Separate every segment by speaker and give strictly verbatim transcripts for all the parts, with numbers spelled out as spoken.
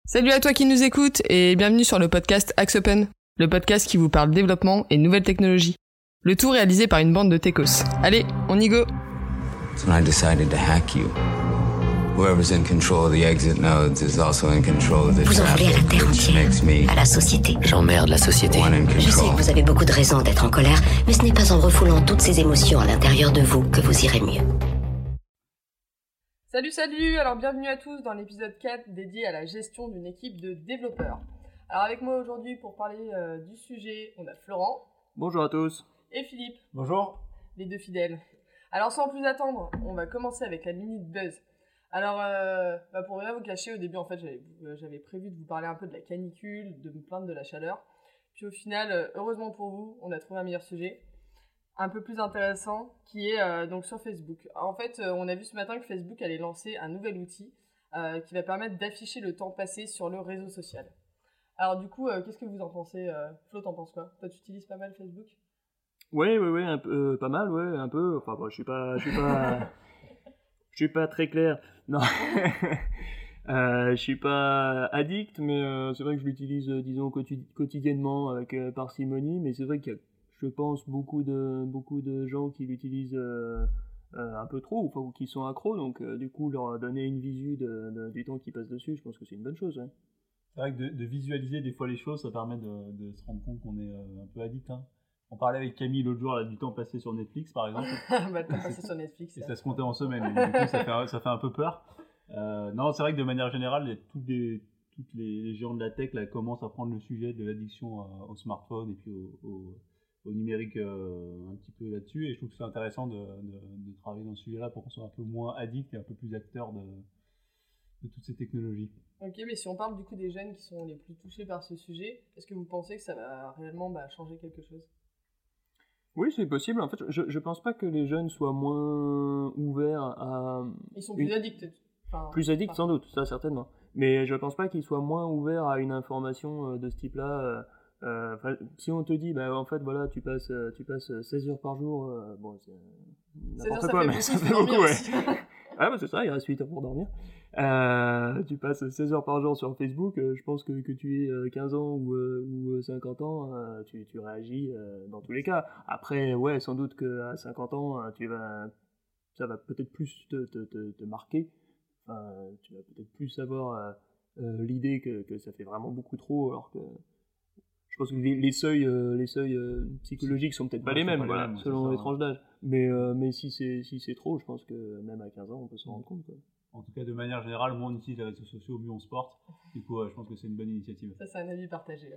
Speaker 1: Salut à toi qui nous écoute et bienvenue sur le podcast Axe Open, le podcast qui vous parle développement et nouvelles technologies. Le tout réalisé par une bande de techos. Allez, on y go.
Speaker 2: When I decided to hack you, whoever's in control of the exit nodes is also in control of the
Speaker 3: Vous en voulez à la terre entière, à la société.
Speaker 4: J'emmerde la société.
Speaker 3: Je sais que vous avez beaucoup de raisons d'être en colère, mais ce n'est pas en refoulant toutes ces émotions à l'intérieur de vous que vous irez mieux.
Speaker 1: Salut salut, alors bienvenue à tous dans l'épisode quatre dédié à la gestion d'une équipe de développeurs. Alors avec moi aujourd'hui pour parler euh, du sujet, on a Florent.
Speaker 5: Bonjour à tous.
Speaker 1: Et Philippe.
Speaker 6: Bonjour.
Speaker 1: Les deux fidèles. Alors sans plus attendre, on va commencer avec la minute buzz. Alors euh, bah pour rien vous cacher, au début en fait j'avais, euh, j'avais prévu de vous parler un peu de la canicule, de me plaindre de la chaleur. Puis au final, euh, heureusement pour vous, on a trouvé un meilleur sujet. Un peu plus intéressant, qui est euh, donc sur Facebook. Alors, en fait, euh, on a vu ce matin que Facebook allait lancer un nouvel outil euh, qui va permettre d'afficher le temps passé sur le réseau social. Alors du coup, euh, qu'est-ce que vous en pensez euh, Flo, t'en penses quoi? Toi, tu utilises pas mal Facebook?
Speaker 5: Oui, oui, oui, un peu, euh, pas mal, ouais, un peu. Enfin, bon, je suis pas, je suis pas, je suis pas très clair. Non, euh, je suis pas addict, mais euh, c'est vrai que je l'utilise, euh, disons, quotidi- quotidiennement avec euh, parcimonie. Mais c'est vrai qu'il y a, je pense, beaucoup de, beaucoup de gens qui l'utilisent euh, euh, un peu trop, ou, ou qui sont accros. Donc, euh, du coup, leur donner une visu de, de, du temps qui passe dessus, je pense que c'est une bonne chose. Ouais.
Speaker 6: C'est vrai que de, de visualiser des fois les choses, ça permet de, de se rendre compte qu'on est euh, un peu addict. Hein. On parlait avec Camille l'autre jour là, du temps passé sur Netflix, par exemple.
Speaker 1: Bah, le temps passé sur Netflix.
Speaker 6: Et ça se comptait en semaines. Donc, du coup, ça fait, ça fait un peu peur. Euh, non, c'est vrai que de manière générale, les, toutes, les, toutes les, les géants de la tech là, commencent à prendre le sujet de l'addiction euh, au smartphone et puis au, au, au numérique euh, un petit peu là-dessus. Et je trouve que c'est intéressant de, de, de travailler dans ce sujet-là pour qu'on soit un peu moins addict et un peu plus acteur de, de toutes ces technologies.
Speaker 1: Ok, mais si on parle du coup des jeunes qui sont les plus touchés par ce sujet, est-ce que vous pensez que ça va réellement bah, changer quelque chose?
Speaker 5: Oui, c'est possible. En fait, je je pense pas que les jeunes soient moins ouverts à...
Speaker 1: Ils sont plus
Speaker 5: une...
Speaker 1: addicts. Enfin,
Speaker 5: plus addicts,
Speaker 1: enfin...
Speaker 5: sans doute, ça certainement. Mais je pense pas qu'ils soient moins ouverts à une information de ce type-là. Euh, si on te dit, bah en fait, voilà, tu passes, tu passes seize heures par jour, euh, bon, c'est n'importe quoi, mais ça fait beaucoup, ouais. Ah bah c'est ça, il reste huit heures pour dormir. Euh, tu passes seize heures par jour sur Facebook, euh, je pense que, que tu aies quinze ans ou, euh, ou cinquante ans, euh, tu, tu réagis euh, dans tous les cas. Après, ouais, sans doute qu'à cinquante ans, tu vas, ça va peut-être plus te, te, te, te marquer. Enfin, tu vas peut-être plus avoir euh, euh, l'idée que, que ça fait vraiment beaucoup trop, alors que je pense que les, les seuils, euh, les seuils euh, psychologiques sont peut-être pas les mêmes, pas voilà, les mêmes selon les tranches d'âge. Mais, euh, mais si, c'est, si c'est trop, je pense que même à quinze ans, on peut s'en rendre compte. Quoi.
Speaker 6: En tout cas, de manière générale, moins on utilise les réseaux sociaux, mieux on se porte. Du coup, euh, je pense que c'est une bonne initiative.
Speaker 1: Ça, c'est un avis partagé.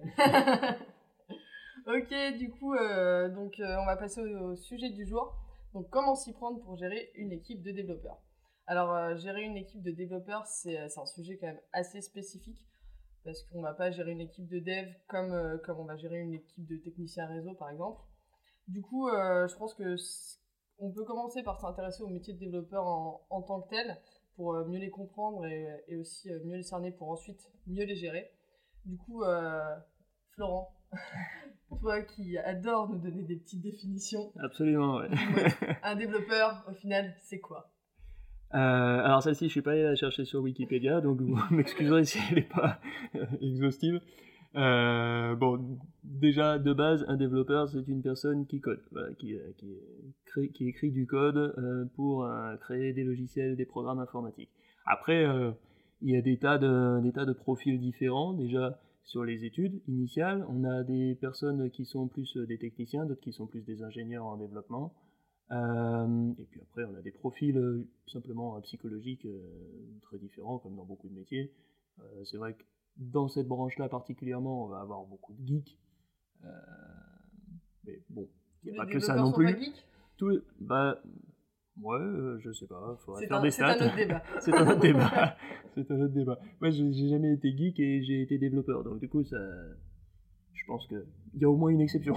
Speaker 1: Ok, du coup, euh, donc, euh, on va passer au, au sujet du jour. Donc, comment s'y prendre pour gérer une équipe de développeurs? Alors, euh, gérer une équipe de développeurs, c'est, c'est un sujet quand même assez spécifique. Parce qu'on ne va pas gérer une équipe de dev comme, euh, comme on va gérer une équipe de techniciens réseau, par exemple. Du coup, euh, je pense que on peut commencer par s'intéresser au métier de développeur en, en tant que tel, pour euh, mieux les comprendre et, et aussi euh, mieux les cerner pour ensuite mieux les gérer. Du coup, euh, Florent, toi qui adore nous donner des petites définitions.
Speaker 5: Absolument, ouais.
Speaker 1: Un développeur, au final, c'est quoi?
Speaker 5: Euh, alors celle-ci, je suis pas allé la chercher sur Wikipédia, donc vous m'excuserez si elle n'est pas exhaustive. Euh, bon, déjà de base, un développeur, c'est une personne qui code, voilà, qui, qui, crée, qui écrit du code euh, pour euh, créer des logiciels, des programmes informatiques. Après, euh, il y a des tas de, des tas de profils différents. Déjà sur les études initiales, on a des personnes qui sont plus des techniciens, d'autres qui sont plus des ingénieurs en développement. Euh, et puis après, on a des profils euh, simplement euh, psychologiques euh, très différents, comme dans beaucoup de métiers. Euh, c'est vrai que dans cette branche-là particulièrement, on va avoir beaucoup de geeks. Euh, mais bon, il n'y a pas que ça non plus.
Speaker 1: Pas geeks
Speaker 5: Tout, bah, ouais, euh, je sais pas, il faudrait
Speaker 1: c'est
Speaker 5: faire
Speaker 1: un,
Speaker 5: des
Speaker 1: c'est
Speaker 5: stats.
Speaker 1: Un autre débat.
Speaker 5: c'est un autre débat. C'est un autre débat. Moi, j'ai, j'ai jamais été geek et j'ai été développeur, donc du coup, ça, je pense qu'il y a au moins une exception.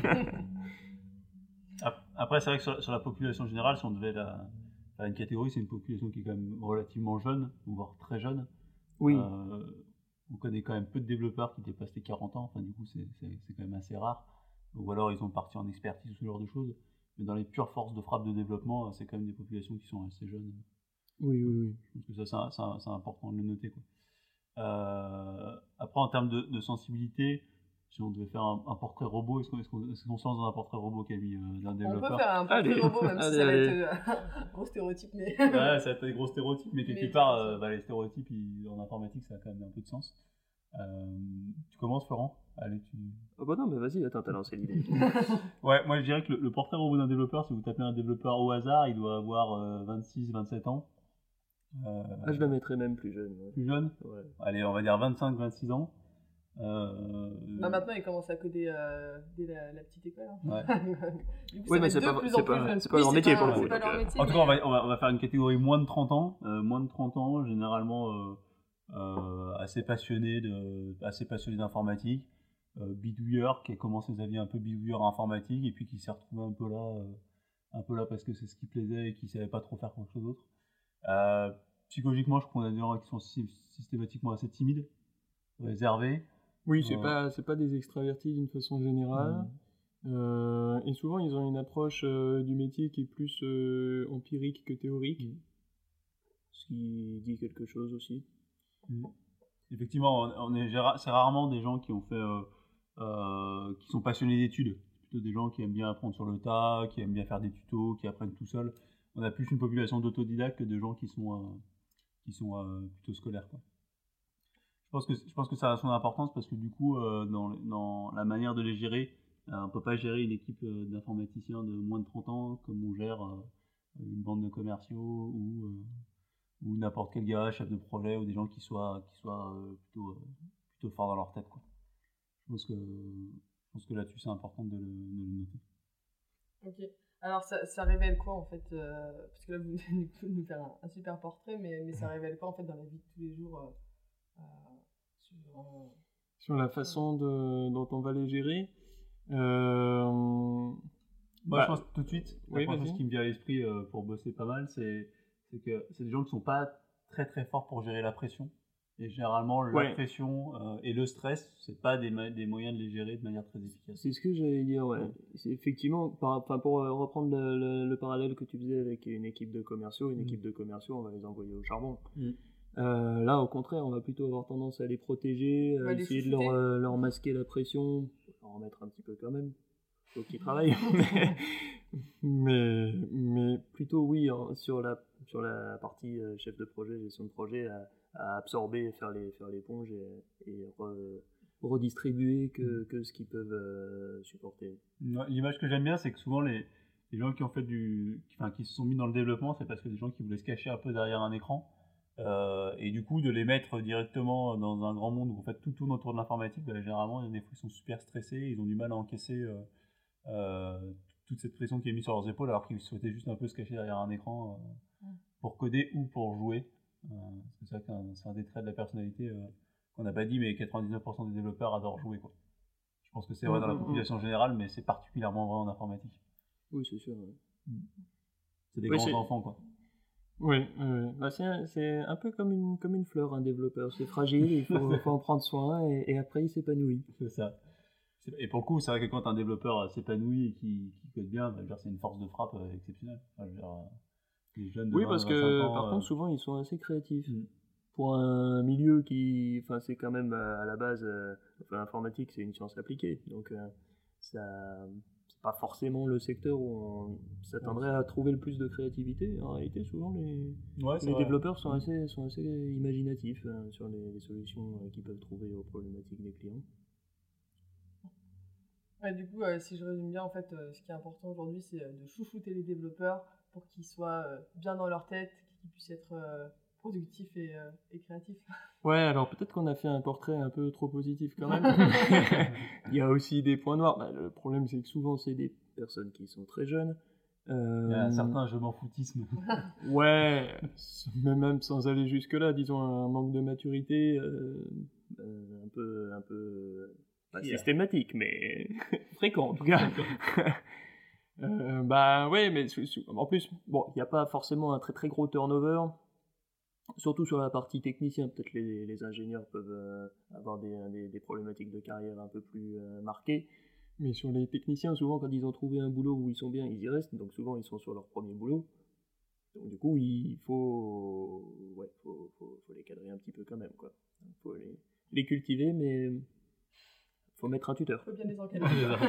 Speaker 6: Après, c'est vrai que sur, sur la population générale, si on devait la, faire une catégorie, c'est une population qui est quand même relativement jeune, voire très jeune.
Speaker 5: Oui.
Speaker 6: Euh, on connaît quand même peu de développeurs qui dépassent les quarante ans, enfin du coup c'est, c'est, c'est quand même assez rare. Ou alors ils ont parti en expertise ou ce genre de choses. Mais dans les pures forces de frappe de développement, c'est quand même des populations qui sont assez jeunes.
Speaker 5: Oui, oui, oui.
Speaker 6: Je pense que ça, c'est, c'est, c'est important de le noter, quoi. Euh, Après, en termes de, de sensibilité, si on devait faire un, un portrait robot, est-ce qu'on, est-ce, qu'on, est-ce qu'on se lance dans un portrait robot, Camille, euh, d'un développeur?
Speaker 1: On peut faire un portrait
Speaker 5: Allez.
Speaker 1: robot, même
Speaker 5: Allez,
Speaker 1: si ça va
Speaker 5: allez.
Speaker 1: être euh, un gros stéréotype, mais...
Speaker 6: Ouais, ça va être des gros stéréotypes, mais quelque
Speaker 1: Mais
Speaker 6: part,
Speaker 1: c'est ça.
Speaker 6: euh, bah, les stéréotypes ils- en informatique, ça a quand même un peu de sens. Euh, tu commences, Florent? Allez, tu...
Speaker 5: Oh bah non, mais vas-y, attends, t'as lancé l'idée.
Speaker 6: Ouais, moi je dirais que le, le portrait robot d'un développeur, si vous tapez un développeur au hasard, il doit avoir euh, vingt-six vingt-sept ans. Euh,
Speaker 5: Ah, je la mettrais même plus jeune. Ouais.
Speaker 6: Plus jeune?
Speaker 5: Ouais.
Speaker 6: Allez, on va dire vingt-cinq vingt-six ans. Euh,
Speaker 1: Bah, maintenant, il commence à coder euh, dès la, la petite école. Hein.
Speaker 6: Ouais.
Speaker 1: Du coup,
Speaker 5: Oui,
Speaker 1: ça va
Speaker 5: mais
Speaker 1: être
Speaker 5: c'est
Speaker 1: de
Speaker 5: pas-
Speaker 1: plus
Speaker 5: c'est
Speaker 1: en plus
Speaker 5: pas-
Speaker 1: jeune.
Speaker 5: c'est pas
Speaker 1: Oui,
Speaker 5: leur métier, pour le
Speaker 1: c'est
Speaker 5: coup,
Speaker 1: pas
Speaker 5: donc,
Speaker 1: leur
Speaker 5: euh,
Speaker 1: métier,
Speaker 6: En tout cas, on
Speaker 1: mais-
Speaker 6: va, on va, on va faire une catégorie moins de trente ans. Euh, moins de trente ans, généralement euh, euh, assez passionné de, assez passionné d'informatique. Euh, bidouilleur, qui a commencé sa vie un peu bidouilleur en informatique, et puis qui s'est retrouvé un peu là, euh, un peu là parce que c'est ce qui plaisait et qui savait pas trop faire quelque chose d'autre. Euh, psychologiquement, je crois qu'on a des gens qui sont sy- systématiquement assez timides, réservés.
Speaker 5: Oui, c'est
Speaker 6: Ouais.
Speaker 5: pas c'est pas des extravertis d'une façon générale. Euh, et souvent, ils ont une approche euh, du métier qui est plus euh, empirique que théorique.
Speaker 6: Mm.
Speaker 5: Ce qui dit quelque chose aussi.
Speaker 6: Mm. Effectivement, on, on est, géra- c'est rarement des gens qui ont fait, euh, euh, qui sont passionnés d'études. C'est plutôt des gens qui aiment bien apprendre sur le tas, qui aiment bien faire des tutos, qui apprennent tout seuls. On a plus une population d'autodidactes que de gens qui sont, euh, qui sont euh, plutôt scolaires, quoi. Je pense que je pense que ça a son importance parce que du coup, euh, dans, dans la manière de les gérer, euh, on peut pas gérer une équipe euh, d'informaticiens de moins de trente ans comme on gère euh, une bande de commerciaux ou euh, ou n'importe quel gars, chef de projet, ou des gens qui soient, qui soient euh, plutôt, euh, plutôt forts dans leur tête, quoi. Je pense que, je pense que là-dessus, c'est important de le, de le noter.
Speaker 1: Ok. Alors, ça, ça révèle quoi, en fait euh, parce que là, vous venez de nous faire un, un super portrait, mais, mais ça révèle quoi, en fait, dans la vie de tous les jours euh, euh, sur, euh,
Speaker 5: Sur la façon de, dont on va les gérer. Euh,
Speaker 6: Moi,
Speaker 5: bah,
Speaker 6: je pense tout de suite, la
Speaker 5: oui,
Speaker 6: première
Speaker 5: vas-y.
Speaker 6: chose qui me vient à l'esprit euh, pour bosser pas mal, c'est, c'est que c'est des gens qui sont pas très très forts pour gérer la pression. Et généralement, la
Speaker 5: Ouais.
Speaker 6: pression euh, et le stress, c'est pas des, ma- des moyens de les gérer de manière très efficace.
Speaker 5: C'est ce que j'allais dire, ouais.
Speaker 6: Ouais.
Speaker 5: C'est effectivement, par, enfin, pour euh, reprendre le, le- le parallèle que tu faisais avec une équipe de commerciaux, une
Speaker 6: Mm.
Speaker 5: équipe de commerciaux, on va les envoyer au charbon.
Speaker 6: Mm.
Speaker 5: Euh, là, au contraire, on va plutôt avoir tendance à les protéger,
Speaker 1: On
Speaker 5: à
Speaker 1: va les
Speaker 5: essayer de leur,
Speaker 1: chouchouter.
Speaker 5: euh, leur masquer la pression, leur en mettre un petit peu quand même. Faut qu'ils travaillent. mais, mais plutôt, oui, hein, sur, la, sur la partie euh, chef de projet, gestion de projet, à, à absorber, faire les, faire l'éponge et, et re- redistribuer que, que ce qu'ils peuvent euh, supporter.
Speaker 6: Ouais, l'image que j'aime bien, c'est que souvent les, les gens qui ont fait du, qui, enfin, qui se sont mis dans le développement, c'est parce que des gens qui voulaient se cacher un peu derrière un écran, euh, et du coup de les mettre directement dans un grand monde où en fait tout tourne autour de l'informatique, bah, généralement il y a des fois ils sont super stressés, ils ont du mal à encaisser euh, euh, toute cette pression qui est mise sur leurs épaules, alors qu'ils souhaitaient juste un peu se cacher derrière un écran euh,
Speaker 1: Mm.
Speaker 6: pour coder ou pour jouer. Euh, c'est ça qu'un, c'est un des traits de la personnalité euh, qu'on n'a pas dit, mais quatre-vingt-dix-neuf pour cent des développeurs adorent jouer, quoi. Je pense que c'est vrai dans la
Speaker 5: Mm, mm,
Speaker 6: population générale, mais c'est particulièrement vrai en informatique.
Speaker 5: Oui, c'est sûr. Ouais.
Speaker 6: C'est des
Speaker 5: Oui,
Speaker 6: grands
Speaker 5: c'est-
Speaker 6: enfants, quoi.
Speaker 5: Oui, oui. Bah, c'est, un, c'est un peu comme une, comme une fleur, un développeur. C'est fragile, il faut, faut en prendre soin et, et après il s'épanouit.
Speaker 6: C'est ça. C'est- Et pour le coup, c'est vrai que quand un développeur euh, s'épanouit et qui, qui code bien, bah, je veux dire, c'est une force de frappe euh, exceptionnelle. Enfin, je veux dire, euh, les jeunes de
Speaker 5: Oui,
Speaker 6: vingt,
Speaker 5: parce que
Speaker 6: vingt-cinq ans,
Speaker 5: par
Speaker 6: euh,
Speaker 5: contre, souvent ils sont assez créatifs.
Speaker 6: Mm.
Speaker 5: Pour un milieu qui. Enfin, c'est quand même euh, à la base. euh, enfin, l'informatique, c'est une science appliquée. Donc, euh, ça. C'est pas forcément le secteur où on s'attendrait à trouver le plus de créativité. En réalité, souvent, les,
Speaker 6: Ouais, c'est
Speaker 5: les
Speaker 6: vrai.
Speaker 5: développeurs sont assez, sont assez imaginatifs euh, sur les, les solutions euh, qu'ils peuvent trouver aux problématiques des clients.
Speaker 1: Ouais, du coup, euh, si je résume bien, en fait, euh, ce qui est important aujourd'hui, c'est euh, de chouchouter les développeurs pour qu'ils soient euh, bien dans leur tête, qu'ils puissent être euh, productifs et, euh, et créatifs.
Speaker 5: Ouais, alors peut-être qu'on a fait un portrait un peu trop positif quand même. Il y a aussi des points noirs. Bah, le problème, c'est que souvent, c'est des personnes qui sont très jeunes. Euh,
Speaker 6: Il y a un certain je m'en foutisme.
Speaker 5: Ouais, mais même sans aller jusque-là, disons un manque de maturité euh, euh, un peu, un peu pas
Speaker 6: Yeah.
Speaker 5: systématique, mais fréquent en tout cas. euh, bah ouais, mais sou- sou- en plus, bon, il n'y a pas forcément un très très gros turnover. Surtout sur la partie technicien, peut-être les, les ingénieurs peuvent euh, avoir des, des, des problématiques de carrière un peu plus euh, marquées. Mais sur les techniciens, souvent quand ils ont trouvé un boulot où ils sont bien, ils y restent. Donc souvent ils sont sur leur premier boulot. Donc du coup, il faut, ouais, faut, faut, faut les cadrer un petit peu quand même, quoi. Il faut les, les cultiver, mais faut mettre un tuteur.
Speaker 1: Faut bien les encadrer.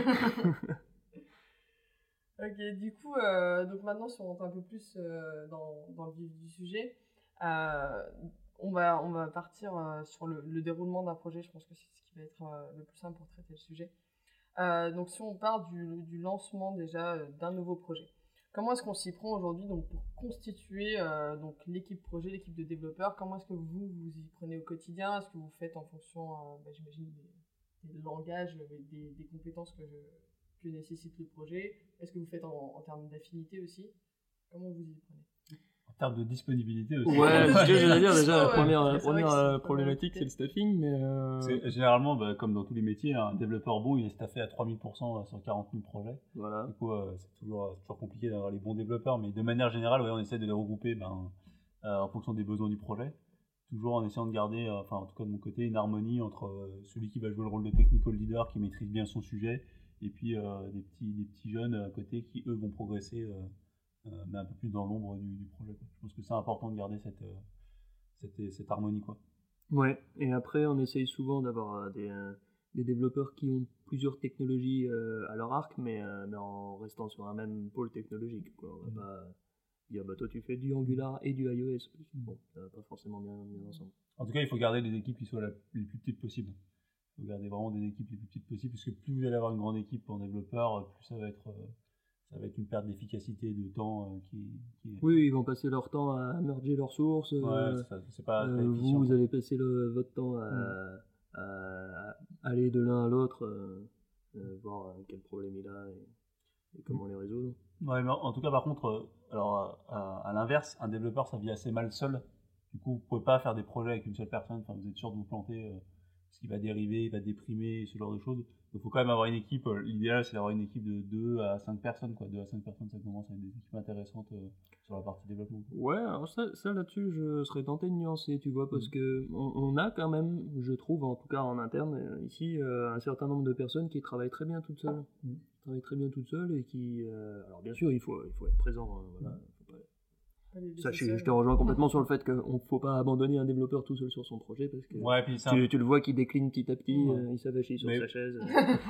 Speaker 1: Ok, du coup, euh, donc maintenant, si on rentre un peu plus euh, dans, dans le vif du sujet, euh, on, va, on va partir euh, sur le, le déroulement d'un projet. Je pense que c'est ce qui va être euh, le plus simple pour traiter le sujet. Euh, donc, si on part du, du lancement déjà euh, d'un nouveau projet, comment est-ce qu'on s'y prend aujourd'hui donc, pour constituer euh, donc, l'équipe projet, l'équipe de développeurs? Comment est-ce que vous vous y prenez au quotidien? Est-ce que vous faites en fonction, euh, bah, j'imagine, des, des langages, des, des compétences que, que nécessite le projet? Est-ce que vous faites en, en termes d'affinité aussi? Comment vous y prenez?
Speaker 6: En termes de disponibilité aussi.
Speaker 5: Ouais, c'est ce que j'allais dire déjà. La
Speaker 1: Ouais,
Speaker 5: première,
Speaker 1: c'est
Speaker 5: la
Speaker 1: vrai
Speaker 5: première
Speaker 1: que c'est
Speaker 5: euh,
Speaker 1: une
Speaker 5: problématique, c'est le staffing, mais. Euh...
Speaker 6: C'est, généralement, bah, comme dans tous les métiers, un développeur bon, il est staffé à trois mille pour cent sur quarante mille projets.
Speaker 5: Voilà.
Speaker 6: Du coup, euh, c'est toujours, toujours compliqué d'avoir les bons développeurs, mais de manière générale, ouais, on essaie de les regrouper ben, euh, en fonction des besoins du projet. Toujours en essayant de garder, euh, enfin en tout cas de mon côté, une harmonie entre euh, celui qui va jouer le rôle de technical leader, qui maîtrise bien son sujet, et puis euh, des, petits, des petits jeunes à côté qui, eux, vont progresser, euh, euh, mais un peu plus dans l'ombre du, du projet, quoi. Je pense que c'est important de garder cette, euh, cette, cette harmonie, quoi.
Speaker 5: Ouais, et après, on essaye souvent d'avoir euh, des, euh, des développeurs qui ont plusieurs technologies euh, à leur arc, mais, euh, mais en restant sur un même pôle technologique, quoi. On va mmh. pas dire, bah toi tu fais du Angular et du iOS. Bon, ça va pas forcément bien, bien ensemble.
Speaker 6: En tout cas, il faut garder des équipes qui soient la, les plus petites possibles. Il faut garder vraiment des équipes les plus petites possibles, parce que plus vous allez avoir une grande équipe en développeur, plus ça va être, euh, ça va être une perte d'efficacité et de temps euh, qui, qui est...
Speaker 5: Oui, ils vont passer leur temps à merger leurs sources.
Speaker 6: Ouais,
Speaker 5: euh,
Speaker 6: c'est, ça, c'est pas,
Speaker 5: euh,
Speaker 6: pas
Speaker 5: vous,
Speaker 6: efficient.
Speaker 5: vous allez passer le, votre temps à,
Speaker 6: mmh.
Speaker 5: à, à aller de l'un à l'autre, euh, euh, voir quel problème il a et, et comment mmh. les résoudre.
Speaker 6: Ouais, mais en tout cas, par contre, alors à, à l'inverse, un développeur, ça vit assez mal seul. Du coup, vous pouvez pas faire des projets avec une seule personne. Enfin, vous êtes sûr de vous planter, euh, parce qu'il va dériver, il va déprimer, ce genre de choses. Donc, il faut quand même avoir une équipe. Euh, l'idéal, c'est d'avoir une équipe de deux à cinq personnes, quoi. deux à cinq personnes, ça commence à être des équipes intéressantes euh, sur la partie développement.
Speaker 5: Ouais, alors ça, ça là-dessus, je serais tenté de nuancer, tu vois, parce mmh. que on, on a quand même, je trouve, en tout cas en interne, euh, ici, euh, un certain nombre de personnes qui travaillent très bien toutes seules. Mmh. travaille très bien toute seule et qui euh, alors bien sûr il faut il faut être présent, hein, voilà. Faut pas... ça je, je te rejoins complètement sur le fait qu'il ne faut pas abandonner un développeur tout seul sur son projet, parce que
Speaker 6: ouais, puis
Speaker 5: tu, un... tu le vois qui décline petit à petit, ouais. euh, il s'avachit sur
Speaker 6: mais...
Speaker 5: sa chaise.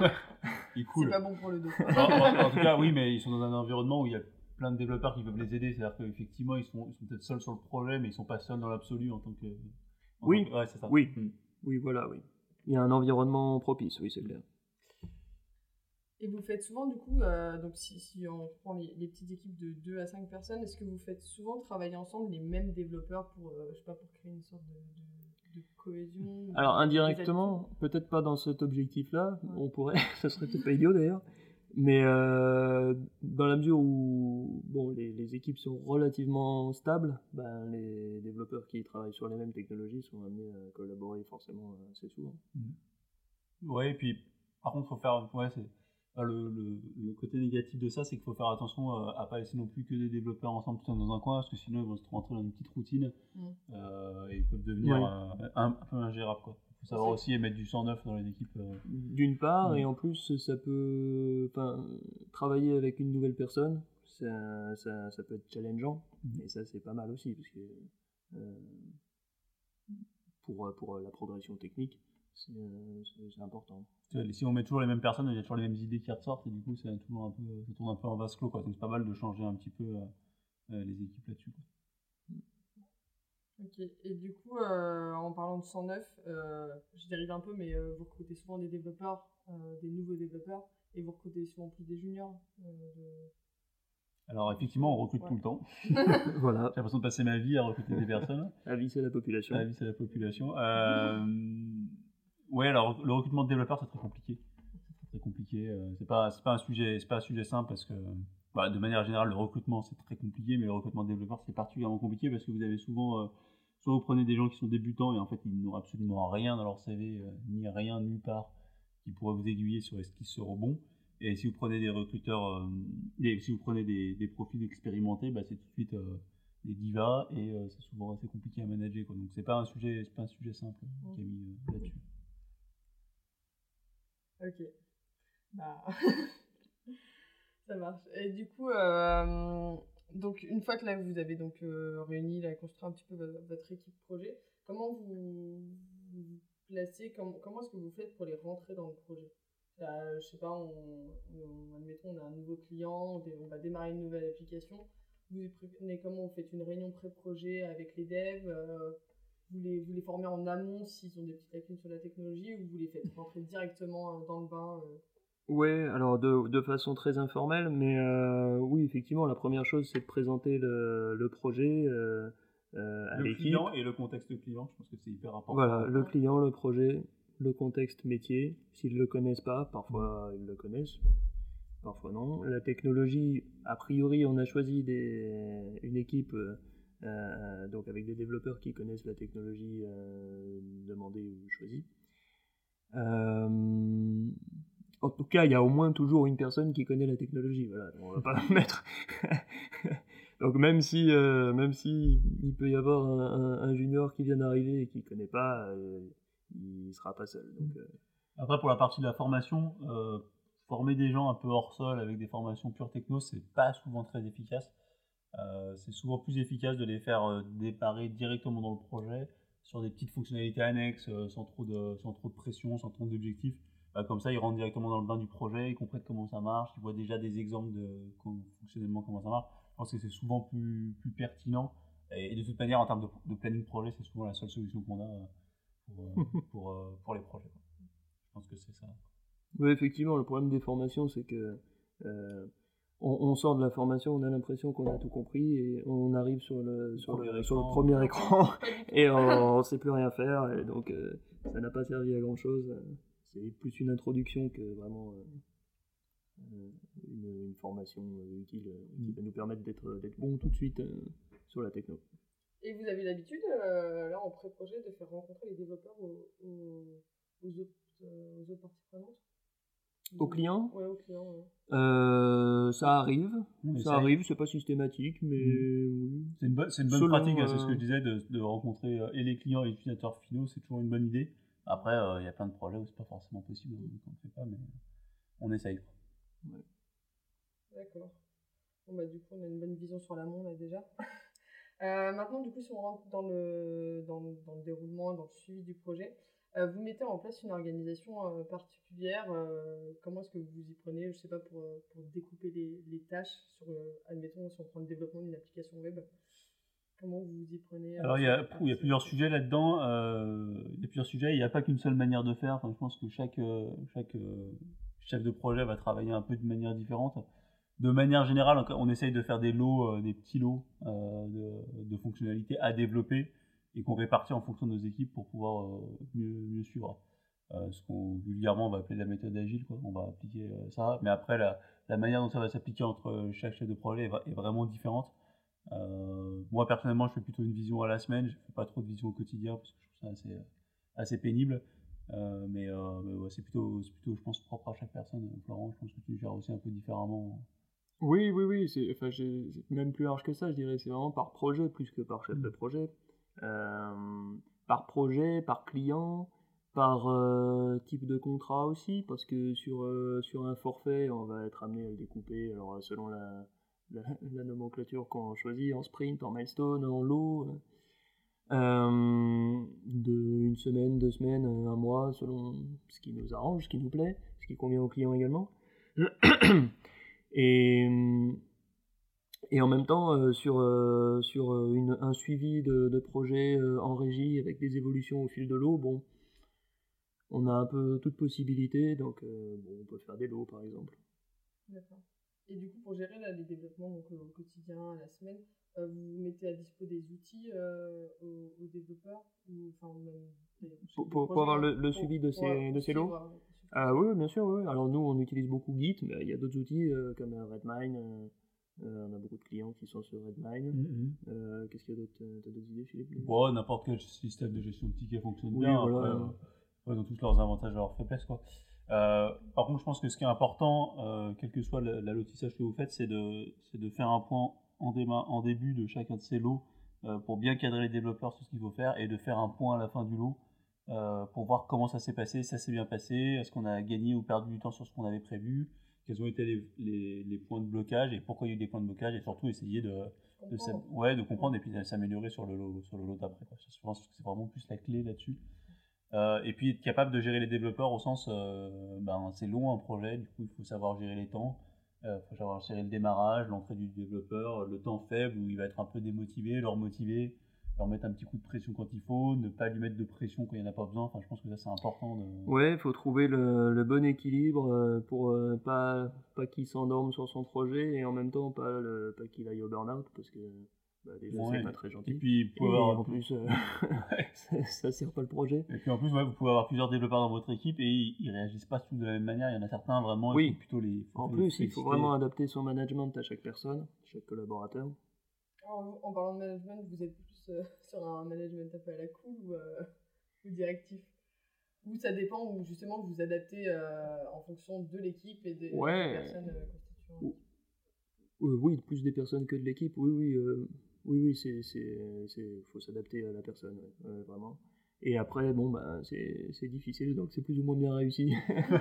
Speaker 6: Il cool.
Speaker 1: C'est pas bon pour le dos.
Speaker 6: en, en, en tout cas oui, mais ils sont dans un environnement où il y a plein de développeurs qui peuvent les aider, c'est à dire qu'effectivement ils sont, ils sont peut-être seuls sur le projet, mais ils sont pas seuls dans l'absolu en tant que en
Speaker 5: oui
Speaker 6: tant que... Ouais, c'est ça.
Speaker 5: oui mmh. oui voilà oui il y a un environnement propice, oui c'est clair.
Speaker 1: Et vous faites souvent, du coup, euh, donc si, si on prend les, les petites équipes de deux à cinq personnes, est-ce que vous faites souvent travailler ensemble les mêmes développeurs pour, euh, je sais pas, pour créer une sorte de, de, de cohésion?
Speaker 5: Alors indirectement, peut-être pas dans cet objectif-là, ouais. on pourrait, ça serait peut-être pas idiot d'ailleurs, mais euh, dans la mesure où bon, les, les équipes sont relativement stables, ben, les développeurs qui travaillent sur les mêmes technologies sont amenés à collaborer forcément assez souvent.
Speaker 6: Mmh. Ouais, et puis par contre, il faut faire... Ouais, c'est... Le, le, le côté négatif de ça, c'est qu'il faut faire attention à pas laisser non plus que des développeurs ensemble tout dans un coin, parce que sinon ils vont se rentrer dans une petite routine mmh. euh, et ils peuvent devenir ouais. euh, un, un peu ingérables, quoi. Il faut savoir c'est... aussi mettre du sang neuf dans les équipes. Euh...
Speaker 5: D'une part, mmh. et en plus ça peut, enfin, travailler avec une nouvelle personne, ça, ça, ça peut être challengeant, mmh. et ça c'est pas mal aussi, parce que euh, pour, pour la progression technique, c'est, c'est, c'est important.
Speaker 6: Si on met toujours les mêmes personnes, il y a toujours les mêmes idées qui ressortent, et du coup ça tourne un peu, ça tourne un peu en vase clos, quoi. Donc c'est pas mal de changer un petit peu euh, les équipes là-dessus, quoi.
Speaker 1: Ok, et du coup, euh, en parlant de cent neuf, euh, je dérive un peu, mais euh, vous recrutez souvent des développeurs, euh, des nouveaux développeurs, et vous recrutez souvent plus des juniors euh, de...
Speaker 6: Alors effectivement, on recrute ouais. tout le temps.
Speaker 5: Voilà.
Speaker 6: J'ai l'impression de passer ma vie à recruter des personnes.
Speaker 5: Avis à la population.
Speaker 6: Avis à la population. Euh... Ouais, alors le recrutement de développeurs c'est très compliqué. C'est très compliqué. Euh, c'est pas, c'est pas un sujet, c'est pas un sujet simple parce que, bah, de manière générale, le recrutement c'est très compliqué, mais le recrutement de développeurs c'est particulièrement compliqué parce que vous avez souvent, euh, soit vous prenez des gens qui sont débutants et en fait ils n'ont absolument rien dans leur C V, euh, ni rien nulle part qui pourrait vous aiguiller sur est-ce qu'ils seront bons. Et si vous prenez des recruteurs, euh, des, si vous prenez des, des profils expérimentés, bah, c'est tout de suite euh, des divas et euh, c'est souvent assez compliqué à manager, quoi. Donc c'est pas un sujet, c'est pas un sujet simple, mmh. Camille, euh, là-dessus.
Speaker 1: Ok, bah ça marche. Et du coup, euh, donc une fois que là vous avez donc euh, réuni, là, construit un petit peu votre, votre équipe projet, comment vous, vous placez, comment, comment est-ce que vous faites pour les rentrer dans le projet? euh, Je sais pas, on, on, admettons, on a un nouveau client, on, dé, on va démarrer une nouvelle application. Vous y prenez comment? Vous faites une réunion pré-projet avec les devs, euh, vous, les, vous les formez en amont s'ils ont des petites lacunes sur la technologie, ou vous les faites rentrer directement dans le bain euh...
Speaker 5: Ouais, alors de, de façon très informelle, mais euh, oui, effectivement, la première chose, c'est de présenter le, le projet euh, euh, à l'équipe.
Speaker 6: Le client et le contexte client, je pense que c'est hyper important.
Speaker 5: Voilà, le client, le projet, le contexte métier. S'ils ne le connaissent pas, parfois ils le connaissent, parfois non. La technologie, a priori, on a choisi des, une équipe euh, donc avec des développeurs qui connaissent la technologie euh, demandée ou choisie. Euh, En tout cas, il y a au moins toujours une personne qui connaît la technologie. Voilà, on va pas la mettre. Donc même si, euh, même si il peut y avoir un, un, un junior qui vient d'arriver et qui connaît pas, euh, il sera pas seul. Donc, euh...
Speaker 6: Après, pour la partie de la formation, euh, former des gens un peu hors sol avec des formations pure techno, c'est pas souvent très efficace. Euh, c'est souvent plus efficace de les faire euh, démarrer directement dans le projet sur des petites fonctionnalités annexes, euh, sans trop de, sans trop de pression, sans trop d'objectifs. Bah, comme ça, ils rentrent directement dans le bain du projet, ils comprennent comment ça marche, ils voient déjà des exemples de comment, fonctionnellement comment ça marche. Je pense que c'est souvent plus, plus pertinent. Et, et de toute manière, en termes de, de planning projet, c'est souvent la seule solution qu'on a pour, pour, pour les projets. Je pense que c'est ça.
Speaker 5: Oui, effectivement, le problème des formations, c'est que euh, on, on sort de la formation, on a l'impression qu'on a tout compris et on arrive sur le, sur le, le, sur le premier écran et on ne sait plus rien faire. Et donc, euh, ça n'a pas servi à grand-chose. C'est plus une introduction que vraiment euh, une, une formation euh, utile euh, qui va nous permettre d'être, d'être bon tout de suite euh, sur la techno.
Speaker 1: Et vous avez l'habitude, euh, là en pré-projet, de faire rencontrer les développeurs aux, aux, aux, autres, euh, aux autres parties prenantes?
Speaker 5: Aux clients?
Speaker 1: Ouais, aux clients, ouais.
Speaker 5: Euh, ça arrive,
Speaker 6: oui,
Speaker 5: ça
Speaker 6: ça
Speaker 5: arrive, c'est pas systématique, mais mmh. oui.
Speaker 6: C'est une, bo- c'est une bonne
Speaker 5: Selon,
Speaker 6: pratique, hein,
Speaker 5: euh...
Speaker 6: c'est ce que je disais, de, de rencontrer euh, et les clients et les utilisateurs finaux, c'est toujours une bonne idée. Après, il euh, y a plein de projets où c'est pas forcément possible, donc on ne fait pas, mais on essaye.
Speaker 5: Ouais.
Speaker 1: D'accord. Bon, bah, du coup, on a une bonne vision sur l'amont, là, déjà. euh, maintenant, du coup, si on rentre dans le, dans, dans le déroulement, dans le suivi du projet, euh, vous mettez en place une organisation euh, particulière. Euh, comment est-ce que vous y prenez, je sais pas, pour, pour découper les, les tâches sur, euh, admettons, si on prend le développement d'une application web? Comment vous vous y prenez?
Speaker 6: Alors, il y, a, il y a plusieurs sujets là-dedans. Euh, il y a plusieurs sujets. Il n'y a pas qu'une seule manière de faire. Enfin, je pense que chaque, euh, chaque euh, chef de projet va travailler un peu de manière différente. De manière générale, on essaye de faire des lots, euh, des petits lots euh, de, de fonctionnalités à développer et qu'on répartit en fonction de nos équipes pour pouvoir euh, mieux, mieux suivre. Euh, ce qu'on vulgairement on va appeler la méthode agile, quoi. On va appliquer euh, ça. Mais après, la, la manière dont ça va s'appliquer entre chaque chef de projet est, est vraiment différente. Euh, moi personnellement je fais plutôt une vision à la semaine, je fais pas trop de vision au quotidien parce que je trouve ça assez, assez pénible, euh, mais, euh, mais ouais, c'est, plutôt, c'est plutôt je pense propre à chaque personne. Florent, je pense que tu gères aussi un peu différemment.
Speaker 5: Oui, oui, oui, c'est, enfin, j'ai, c'est même plus large que ça, je dirais, c'est vraiment par projet plus que par chef mmh. de projet, euh, par projet, par client, par euh, type de contrat aussi, parce que sur, euh, sur un forfait on va être amené à le découper alors, selon la La, la nomenclature qu'on choisit en sprint, en milestone, en lot, euh, de une semaine, deux semaines, un mois, selon ce qui nous arrange, ce qui nous plaît, ce qui convient aux clients également. Et, et en même temps, euh, sur, euh, sur une, un suivi de, de projet euh, en régie avec des évolutions au fil de l'eau, bon, on a un peu toute possibilité, donc euh, bon, on peut faire des lots par exemple.
Speaker 1: D'accord. Et du coup, pour gérer là, les développements donc, au quotidien, à la semaine, euh, vous mettez à dispo des outils euh, aux, aux développeurs ou, enfin, même,
Speaker 5: Pour, pour, pour avoir le, le suivi de ces, de ces lots ah, oui, bien sûr, oui. Alors nous, on utilise beaucoup Git, mais il y a d'autres outils euh, comme Redmine. Euh, euh, on a beaucoup de clients qui sont sur Redmine. Mm-hmm. Euh, qu'est-ce qu'il y a d'autre? T'as d'autres idées, Philippe?
Speaker 6: Bon, n'importe quel système de gestion de tickets fonctionne
Speaker 5: oui,
Speaker 6: bien.
Speaker 5: Voilà.
Speaker 6: Après, euh, après, ils ont tous leurs avantages et leurs faiblesses, quoi. Euh, par contre, je pense que ce qui est important, euh, quel que soit le, la lotissage que vous faites, c'est de, c'est de faire un point en, déma, en début de chacun de ces lots euh, pour bien cadrer les développeurs sur ce qu'il faut faire et de faire un point à la fin du lot euh, pour voir comment ça s'est passé, si ça s'est bien passé, est-ce qu'on a gagné ou perdu du temps sur ce qu'on avait prévu, quels ont été les, les, les points de blocage et pourquoi il y a eu des points de blocage et surtout essayer de, de, de, ouais, de comprendre et puis de s'améliorer sur le lot, sur le lot d'après, quoi. Je pense que c'est vraiment plus la clé là-dessus. Euh, et puis être capable de gérer les développeurs au sens, euh, ben, c'est long un projet, du coup il faut savoir gérer les temps, il euh, faut savoir gérer le démarrage, l'entrée du développeur, le temps faible où il va être un peu démotivé, le remotiver, leur mettre un petit coup de pression quand il faut, ne pas lui mettre de pression quand il n'y en a pas besoin. Enfin, je pense que ça c'est important. De...
Speaker 5: Ouais, il faut trouver le, le bon équilibre euh, pour euh, pas, pas qu'il s'endorme sur son projet et en même temps pas, le, pas qu'il aille au burn-out parce que bah, déjà
Speaker 6: ouais,
Speaker 5: c'est pas très gentil.
Speaker 6: Et puis vous pouvez
Speaker 5: et
Speaker 6: avoir
Speaker 5: en plus, euh, ça, ça sert pas le projet.
Speaker 6: Et puis en plus, ouais, vous pouvez avoir plusieurs développeurs dans votre équipe et ils, ils réagissent pas tous de la même manière. Il y en a certains vraiment,
Speaker 5: oui.
Speaker 6: il faut plutôt les.
Speaker 5: En
Speaker 6: les
Speaker 5: plus,
Speaker 6: féliciter.
Speaker 5: il faut vraiment adapter son management à chaque personne, chaque collaborateur.
Speaker 1: En, en parlant de management, vous êtes plus euh, sur un management un peu à la cool ou, euh, ou directif? Ou ça dépend, ou justement vous vous adaptez euh, en fonction de l'équipe et des,
Speaker 5: ouais.
Speaker 1: des personnes euh, constituant.
Speaker 5: Euh, oui, plus des personnes que de l'équipe, oui, oui, euh, oui, oui, c'est, c'est, c'est, faut s'adapter à la personne, ouais, ouais, vraiment. Et après, bon, ben, c'est, c'est difficile, donc c'est plus ou moins bien réussi.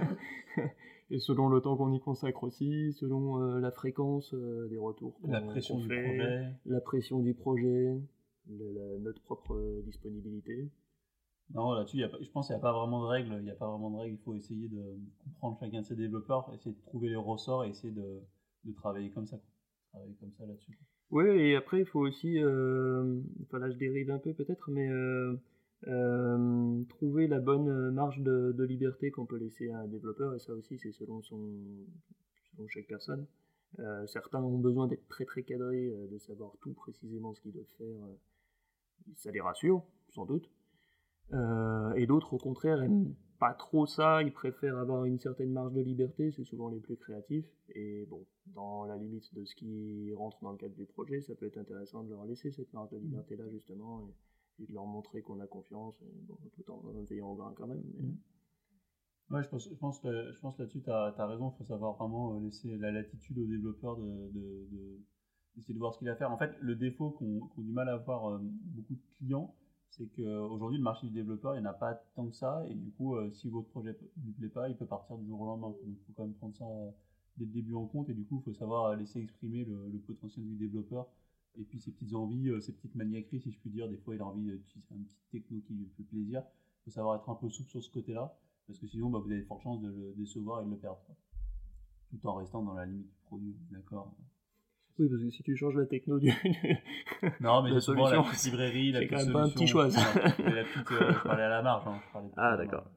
Speaker 5: Et selon le temps qu'on y consacre aussi, selon euh, la fréquence euh, des retours qu'on,
Speaker 6: la pression
Speaker 5: qu'on
Speaker 6: du
Speaker 5: fait,
Speaker 6: projet,
Speaker 5: la pression du projet, la, la, notre propre euh, disponibilité.
Speaker 6: Non, là-dessus, y a pas, je pense qu'il n'y a pas vraiment de règles. Il n'y a pas vraiment de règles. Il faut essayer de comprendre chacun de ses développeurs, essayer de trouver les ressorts et essayer de, de travailler comme ça. Travailler comme ça là-dessus.
Speaker 5: Oui, et après, il faut aussi, euh, enfin là je dérive un peu peut-être, mais euh, euh, trouver la bonne marge de, de liberté qu'on peut laisser à un développeur, et ça aussi c'est selon, son, selon chaque personne. Euh, certains ont besoin d'être très très cadrés, euh, de savoir tout précisément ce qu'ils doivent faire, euh, ça les rassure, sans doute. Euh, et d'autres au contraire aiment pas trop ça, ils préfèrent avoir une certaine marge de liberté, c'est souvent les plus créatifs, et bon, dans la limite de ce qui rentre dans le cadre du projet, ça peut être intéressant de leur laisser cette marge de liberté là justement, et, et de leur montrer qu'on a confiance, et bon, tout en veillant au grain quand même. Mais...
Speaker 6: Ouais, je pense, je pense, que, je pense là-dessus, tu as raison, il faut savoir vraiment laisser la latitude aux développeurs de, de, de, d'essayer de voir ce qu'il a à faire. En fait, le défaut qu'ont qu'ont du mal à avoir euh, beaucoup de clients, c'est qu'aujourd'hui, le marché du développeur, il n'y en a pas tant que ça, et du coup, euh, si votre projet ne lui plaît pas, il peut partir du jour au lendemain. Donc, il faut quand même prendre ça euh, dès le début en compte, et du coup, il faut savoir laisser exprimer le, le potentiel du développeur, et puis ses petites envies, euh, ses petites maniaqueries, si je puis dire. Des fois, il a envie d'utiliser un petit techno qui lui fait plaisir. Il faut savoir être un peu souple sur ce côté-là, parce que sinon, bah, vous avez de fortes chances de le décevoir et de le perdre, quoi. Tout en restant dans la limite du produit, d'accord.
Speaker 5: Oui, parce que si tu changes la techno du...
Speaker 6: non, mais
Speaker 5: la
Speaker 6: souvent
Speaker 5: solution,
Speaker 6: la petite librairie, la
Speaker 5: c'est
Speaker 6: petite
Speaker 5: quand même
Speaker 6: solution,
Speaker 5: pas un petit choix. Ça.
Speaker 6: La petite, euh, je parlais à la marge. Hein, je parlais
Speaker 5: ah, d'accord.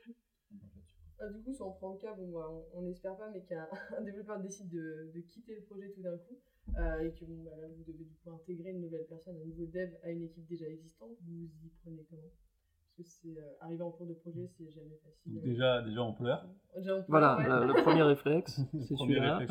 Speaker 1: Ah, du coup, si on prend le cas, bon, bah, on n'espère pas, mais qu'un un développeur décide de, de quitter le projet tout d'un coup, euh, et que bon, bah, vous devez du coup intégrer une nouvelle personne, un nouveau dev à une équipe déjà existante, vous y prenez comment? Parce que c'est euh, arriver en cours de projet, c'est jamais facile.
Speaker 6: Donc déjà, déjà on pleure.
Speaker 1: Déjà on pleure,
Speaker 5: voilà,
Speaker 1: ouais.
Speaker 5: le, le premier réflexe, c'est celui-là.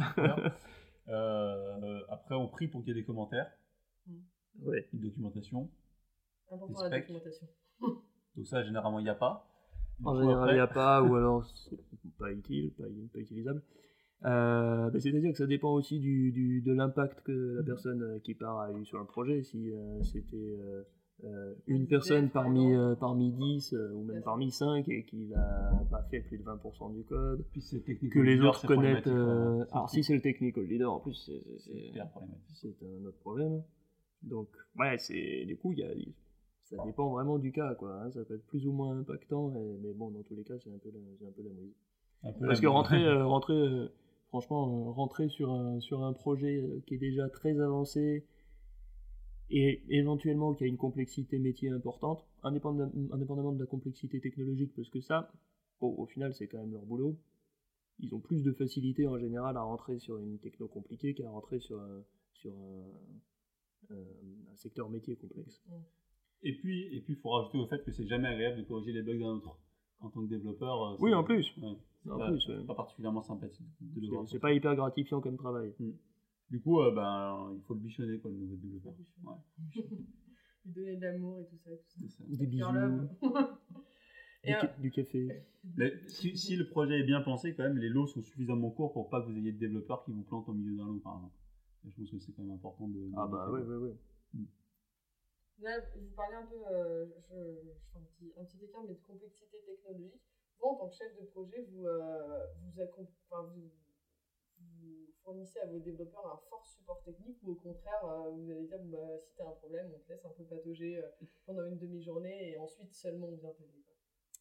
Speaker 6: Euh, après, on prie pour qu'il y ait des commentaires,
Speaker 5: mmh. ouais.
Speaker 6: une documentation.
Speaker 1: Important la documentation.
Speaker 6: Donc ça, généralement, il n'y a pas.
Speaker 5: Du en général, il n'y a pas, ou alors c'est pas utile, pas, pas utilisable. Euh, bah, c'est-à-dire que ça dépend aussi du, du, de l'impact que la personne qui part a eu sur le projet. Si euh, c'était euh, euh, une personne parmi, euh, parmi dix euh, ou même parmi cinq et qu'il n'a pas fait plus de vingt pour cent du code,
Speaker 6: puis que
Speaker 5: les
Speaker 6: leader,
Speaker 5: autres connaissent. Euh,
Speaker 6: hein.
Speaker 5: Alors si c'est le technical leader, en plus, c'est, c'est,
Speaker 6: c'est,
Speaker 5: c'est un autre problème. Donc, ouais, c'est, du coup, y a, ça dépend vraiment du cas, quoi. Hein. Ça peut être plus ou moins impactant, et, mais bon, dans tous les cas, c'est un peu la, c'est un peu la mouise. Un peu Parce la que rentrer, euh, rentrer euh, franchement, euh, rentrer sur un, sur un projet euh, qui est déjà très avancé, et éventuellement qui a une complexité métier importante, indépendamment, indépendamment de la complexité technologique, parce que ça, bon, au final, c'est quand même leur boulot. Ils ont plus de facilité en général à rentrer sur une techno compliquée qu'à rentrer sur un, sur un, un, un secteur métier complexe.
Speaker 6: Et puis, et puis, il faut rajouter au fait que c'est jamais agréable de corriger les bugs d'un autre. En tant que développeur,
Speaker 5: oui, en plus.
Speaker 6: Ouais, c'est
Speaker 5: en
Speaker 6: pas,
Speaker 5: plus, ouais.
Speaker 6: pas particulièrement sympathique de le voir.
Speaker 5: C'est pas hyper gratifiant comme travail.
Speaker 6: Mm. Du coup, euh, ben, il faut le bichonner, quoi, le nouveau développeur. Ouais.
Speaker 1: Lui donner de l'amour et tout ça. Et tout ça.
Speaker 5: ça. Des bisous. du, ca- du café.
Speaker 6: Mais si, si le projet est bien pensé, quand même, les lots sont suffisamment courts pour pas que vous ayez de développeurs qui vous plantent au milieu d'un lot, par exemple. Je pense que c'est quand même important de... de
Speaker 5: ah bah oui, oui, oui.
Speaker 1: Mm. Là, vous parlez un peu, euh, je, je fais un petit, un petit écart, mais de complexité technologique. Vous, en tant que chef de projet, vous, euh, vous, enfin, vous, vous fournissez à vos développeurs un fort support technique, ou au contraire, euh, vous allez dire, bon, bah, si tu as un problème, on te laisse un peu patauger euh, pendant une demi-journée et ensuite seulement on vient t'aider.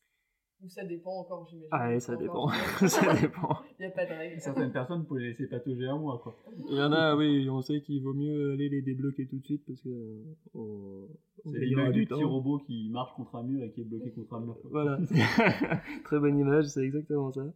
Speaker 1: Ou ça dépend encore, j'imagine.
Speaker 5: Ah ouais, ça
Speaker 1: Pas
Speaker 5: dépend.
Speaker 1: encore.
Speaker 5: Ça dépend.
Speaker 1: Il n'y a pas de règle.
Speaker 6: Certaines personnes, vous pouvez les laisser patauger un mois, quoi.
Speaker 5: Il y en a, oui, on sait qu'il vaut mieux aller les débloquer tout de suite parce que euh, on, on
Speaker 6: C'est
Speaker 5: gagnera
Speaker 6: l'image
Speaker 5: du
Speaker 6: du petit
Speaker 5: temps.
Speaker 6: robot qui marche contre un mur et qui est bloqué contre un mur. quoi.
Speaker 5: Voilà. Très bonne image, c'est exactement ça.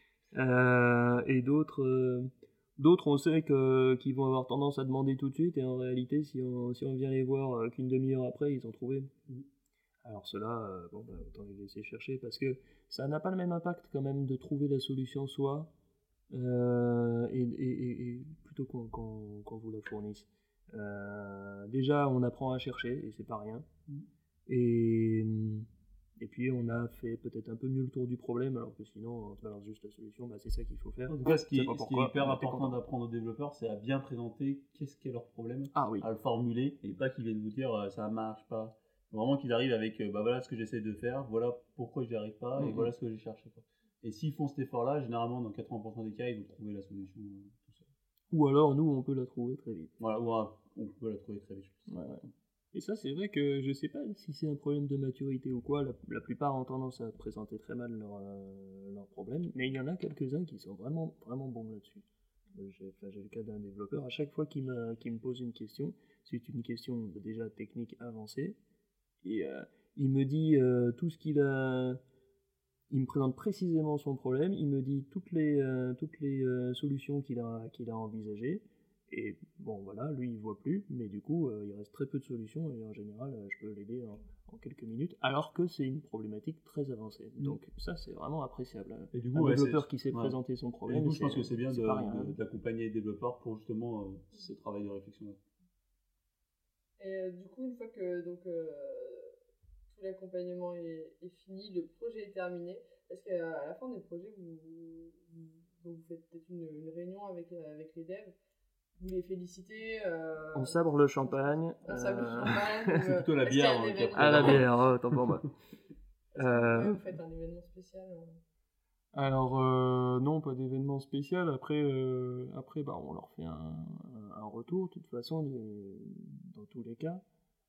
Speaker 5: Euh, et d'autres, euh, d'autres, on sait que, qu'ils vont avoir tendance à demander tout de suite, et en réalité, si on, si on vient les voir euh, qu'une demi-heure après, ils ont trouvé. Alors ceux-là, euh, bon, bah, autant les laisser chercher, parce que ça n'a pas le même impact quand même de trouver la solution soi, euh, et, et, et, et plutôt qu'on, qu'on, qu'on vous la fournisse. Euh, déjà, on apprend à chercher, et c'est pas rien. Et... Et puis on a fait peut-être un peu mieux le tour du problème, alors que sinon, on te balance juste la solution, bah, c'est ça qu'il faut faire.
Speaker 6: En tout cas, ce qui,
Speaker 5: C'est
Speaker 6: est,
Speaker 5: pas
Speaker 6: ce qui est
Speaker 5: pourquoi,
Speaker 6: hyper
Speaker 5: on était
Speaker 6: important
Speaker 5: content.
Speaker 6: d'apprendre aux développeurs, c'est à bien présenter qu'est-ce qu'est leur problème,
Speaker 5: Ah oui.
Speaker 6: à le formuler, et pas qu'ils viennent vous dire euh, ça marche pas. Vraiment qu'ils arrivent avec euh, bah voilà ce que j'essaie de faire, voilà pourquoi j'y arrive pas, et
Speaker 5: Mhm.
Speaker 6: voilà ce que j'ai cherché. Quoi. Et s'ils font cet effort-là, généralement dans quatre-vingts pour cent des cas, ils vont trouver la solution euh, tout seul.
Speaker 5: Ou alors, nous, on peut la trouver très vite.
Speaker 6: Voilà, ou un- on peut la trouver très vite. je pense.
Speaker 5: Ouais, ouais. Et ça, c'est vrai que je sais pas si c'est un problème de maturité ou quoi, la, la plupart ont tendance à présenter très mal leurs euh, leurs problèmes, mais il y en a quelques-uns qui sont vraiment, vraiment bons là-dessus. Euh, J'ai, enfin, j'ai le cas d'un développeur, à chaque fois qu'il me, qu'il me pose une question, c'est une question déjà technique avancée, et euh, il me dit euh, tout ce qu'il a... Il me présente précisément son problème, il me dit toutes les, euh, toutes les euh, solutions qu'il a, qu'il a envisagées, et bon voilà, lui il voit plus, mais du coup euh, il reste très peu de solutions, et en général euh, je peux l'aider en, en quelques minutes, alors que c'est une problématique très avancée. Donc ça c'est vraiment appréciable.
Speaker 6: Et du
Speaker 5: Un
Speaker 6: coup, ouais,
Speaker 5: développeur
Speaker 6: c'est-
Speaker 5: qui sait
Speaker 6: ouais.
Speaker 5: présenter son
Speaker 6: Et
Speaker 5: problème,
Speaker 6: du coup, je pense que c'est bien de-
Speaker 5: pas rien, hein.
Speaker 6: de- d'accompagner les développeurs pour justement euh, ce travail de réflexion.
Speaker 1: Et euh, du coup, une fois que donc, euh, tout l'accompagnement est, est fini, le projet est terminé, est-ce qu'à la fin des projets, vous, vous, donc vous faites peut-être une, une réunion avec, euh, avec les devs, vous les félicitez euh,
Speaker 5: On sabre le champagne.
Speaker 1: On sabre le
Speaker 5: euh,
Speaker 1: champagne.
Speaker 6: C'est plutôt la
Speaker 1: est-ce qu'il y a
Speaker 6: bière,
Speaker 1: un
Speaker 6: hein, qui
Speaker 1: événement-
Speaker 6: après-
Speaker 5: À la bière, oh, tant pour moi.
Speaker 1: Est-ce que
Speaker 5: Euh,
Speaker 1: ouais, vous faites un événement spécial euh,
Speaker 5: Alors euh, non, pas d'événement spécial. Après, euh, après bah, on leur fait un, un- un retour, de toute façon, de- dans tous les cas.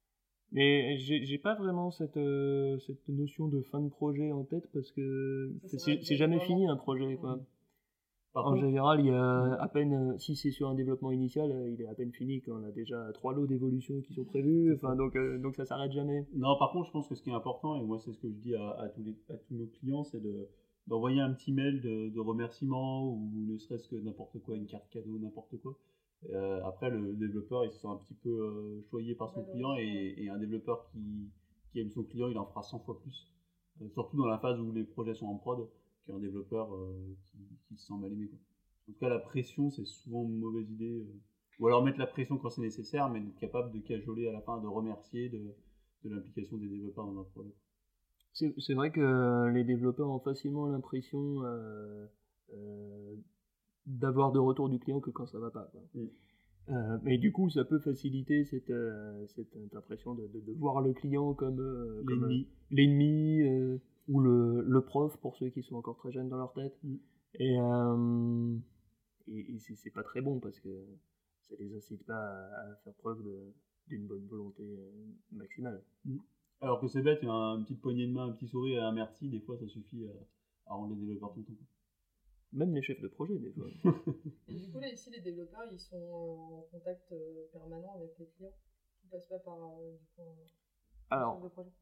Speaker 5: Mais j'ai j'ai pas vraiment cette, euh, cette notion de fin de projet en tête parce que
Speaker 1: Ça, c'est
Speaker 5: c'est
Speaker 1: vrai,
Speaker 5: c'est jamais
Speaker 1: vraiment.
Speaker 5: fini un projet, quoi.
Speaker 6: Par
Speaker 5: En
Speaker 6: contre,
Speaker 5: général, il y a à peine, euh, si c'est sur un développement initial, euh, il est à peine fini quand on a déjà trois lots d'évolution qui sont prévus. Enfin, donc, euh, donc ça s'arrête jamais.
Speaker 6: non, par contre, je pense que ce qui est important, et moi c'est ce que je dis à, à tous, les, à tous nos clients, c'est de, d'envoyer un petit mail de, de remerciement ou ne serait-ce que n'importe quoi, une carte cadeau, n'importe quoi. Euh, après, le développeur, il se sent un petit peu euh, choyé par son
Speaker 1: Ouais,
Speaker 6: client
Speaker 1: ouais.
Speaker 6: et, et un développeur qui, qui aime son client, il en fera cent fois plus. Euh, surtout dans la phase où les projets sont en prod, qu'un développeur euh, qui, qui se sent mal aimé. Quoi. En tout cas, la pression, c'est souvent une mauvaise idée. euh. Ou alors mettre la pression quand c'est nécessaire, mais être capable de cajoler à la fin, de remercier de, de l'implication des développeurs dans un projet.
Speaker 5: C'est c'est vrai que les développeurs ont facilement l'impression euh, euh, d'avoir de retour du client que quand ça va pas, quoi.
Speaker 6: Mm.
Speaker 5: Euh, mais du coup, ça peut faciliter cette, euh, cette impression de, de, de voir le client comme euh, comme,
Speaker 6: L'ennemi.
Speaker 5: euh, l'ennemi euh, ou le, le prof pour ceux qui sont encore très jeunes dans leur tête.
Speaker 6: Mm.
Speaker 5: Et, euh, et, et c'est c'est pas très bon parce que ça les incite pas à, à faire preuve de- d'une bonne volonté euh, maximale.
Speaker 6: Alors que c'est bête, une petite poignée de main, un petit sourire et un merci, des fois ça suffit à, à rendre les développeurs contents.
Speaker 5: Même les chefs de projet, des fois.
Speaker 1: Et du coup, là, ici, les développeurs, ils sont euh, en contact euh, permanent avec les clients. Ils passent pas par euh, du coup, un
Speaker 5: Alors,
Speaker 1: chef de projet.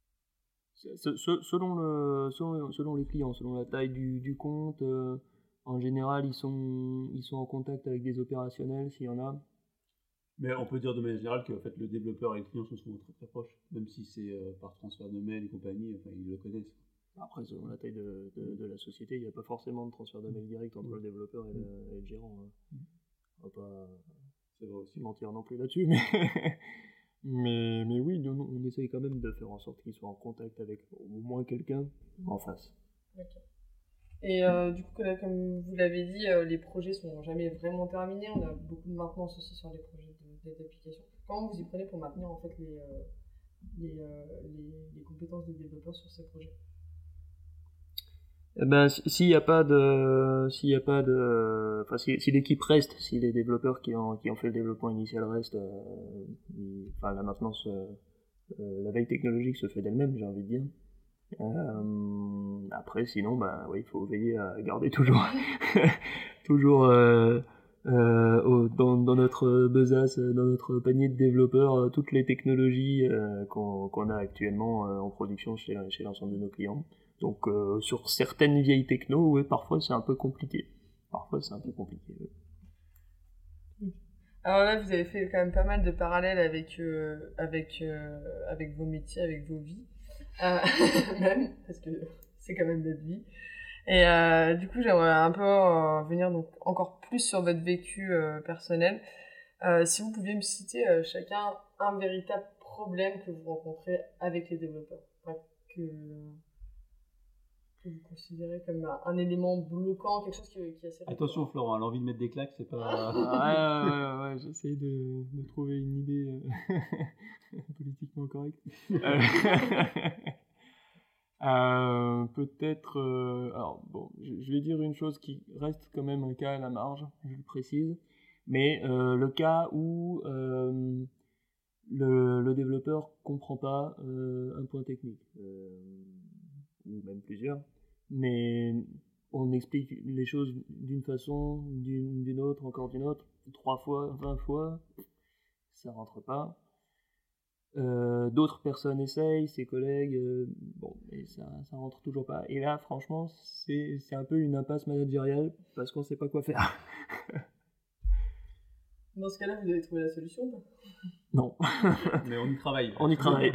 Speaker 5: Se- se- selon, le, selon, selon les clients, selon la taille du, du compte, euh, en général, ils sont, ils sont en contact avec des opérationnels, s'il y en a.
Speaker 6: Mais on peut dire de manière générale que en fait, le développeur et le client sont souvent très très proches, même si c'est euh, par transfert de mail et compagnie, enfin, ils le connaissent.
Speaker 5: Après, selon la taille de, de, de la société, il n'y a pas forcément de transfert de mail direct entre le développeur et le, et le gérant. Hein. On va pas
Speaker 6: C'est vrai aussi.
Speaker 5: mentir non plus là-dessus, mais, mais, mais oui, nous, on essaye quand même de faire en sorte qu'ils soient en contact avec au moins quelqu'un en face.
Speaker 1: Ok. Et euh, du coup, là, comme vous l'avez dit, euh, les projets sont jamais vraiment terminés. On a beaucoup de maintenance aussi sur les projets de- d'aide d'application. Comment vous y prenez pour maintenir en fait les, euh, les, euh, les, les compétences des développeurs sur ces projets?
Speaker 5: Eh ben, si- s'il n'y a pas de, s'il y a pas de, enfin, si, si l'équipe reste, si les développeurs qui ont, qui ont fait le développement initial restent, euh, ils- enfin, la maintenance, euh, euh, la veille technologique se fait d'elle-même, j'ai envie de dire. Euh, après, sinon, bah, oui, il faut veiller à garder toujours, toujours euh, euh, au, dans, dans notre besace, dans notre panier de développeurs, euh, toutes les technologies euh, qu'on, qu'on a actuellement euh, en production chez, chez l'ensemble de nos clients. Donc, euh, sur certaines vieilles techno, ouais, parfois c'est un peu compliqué. Parfois, c'est un peu compliqué. Ouais.
Speaker 1: Alors là, vous avez fait quand même pas mal de parallèles avec, euh, avec, euh, avec vos métiers, avec vos vies. Euh, même, parce que c'est quand même notre vie. Et euh, du coup, j'aimerais un peu euh, venir donc encore plus sur votre vécu euh, personnel. Euh, si vous pouviez me citer euh, chacun un véritable problème que vous rencontrez avec les développeurs, enfin, que, que vous considérez comme un, un élément bloquant, quelque chose qui, qui est assez...
Speaker 6: Attention Florent, l'envie de mettre des claques, c'est pas...
Speaker 5: ouais, ouais, ouais, ouais, j'essaye de, de trouver une idée euh, politiquement correcte. Euh, euh, peut-être... Euh, alors, bon, je, je vais dire une chose qui reste quand même un cas à la marge, je le précise, mais euh, le cas où euh, le, le développeur comprend pas euh, un point technique, euh, ou même plusieurs, mais on explique les choses d'une façon, d'une, d'une autre, encore d'une autre, trois fois, vingt fois, ça rentre pas. Euh, d'autres personnes essayent, ses collègues, euh, bon, mais ça, ça rentre toujours pas. Et là, franchement, c'est, c'est un peu une impasse managériale parce qu'on sait pas quoi faire.
Speaker 1: Dans ce cas-là, vous avez trouvé la solution ou pas ?
Speaker 5: Non.
Speaker 6: Mais on y travaille.
Speaker 5: On y travaille.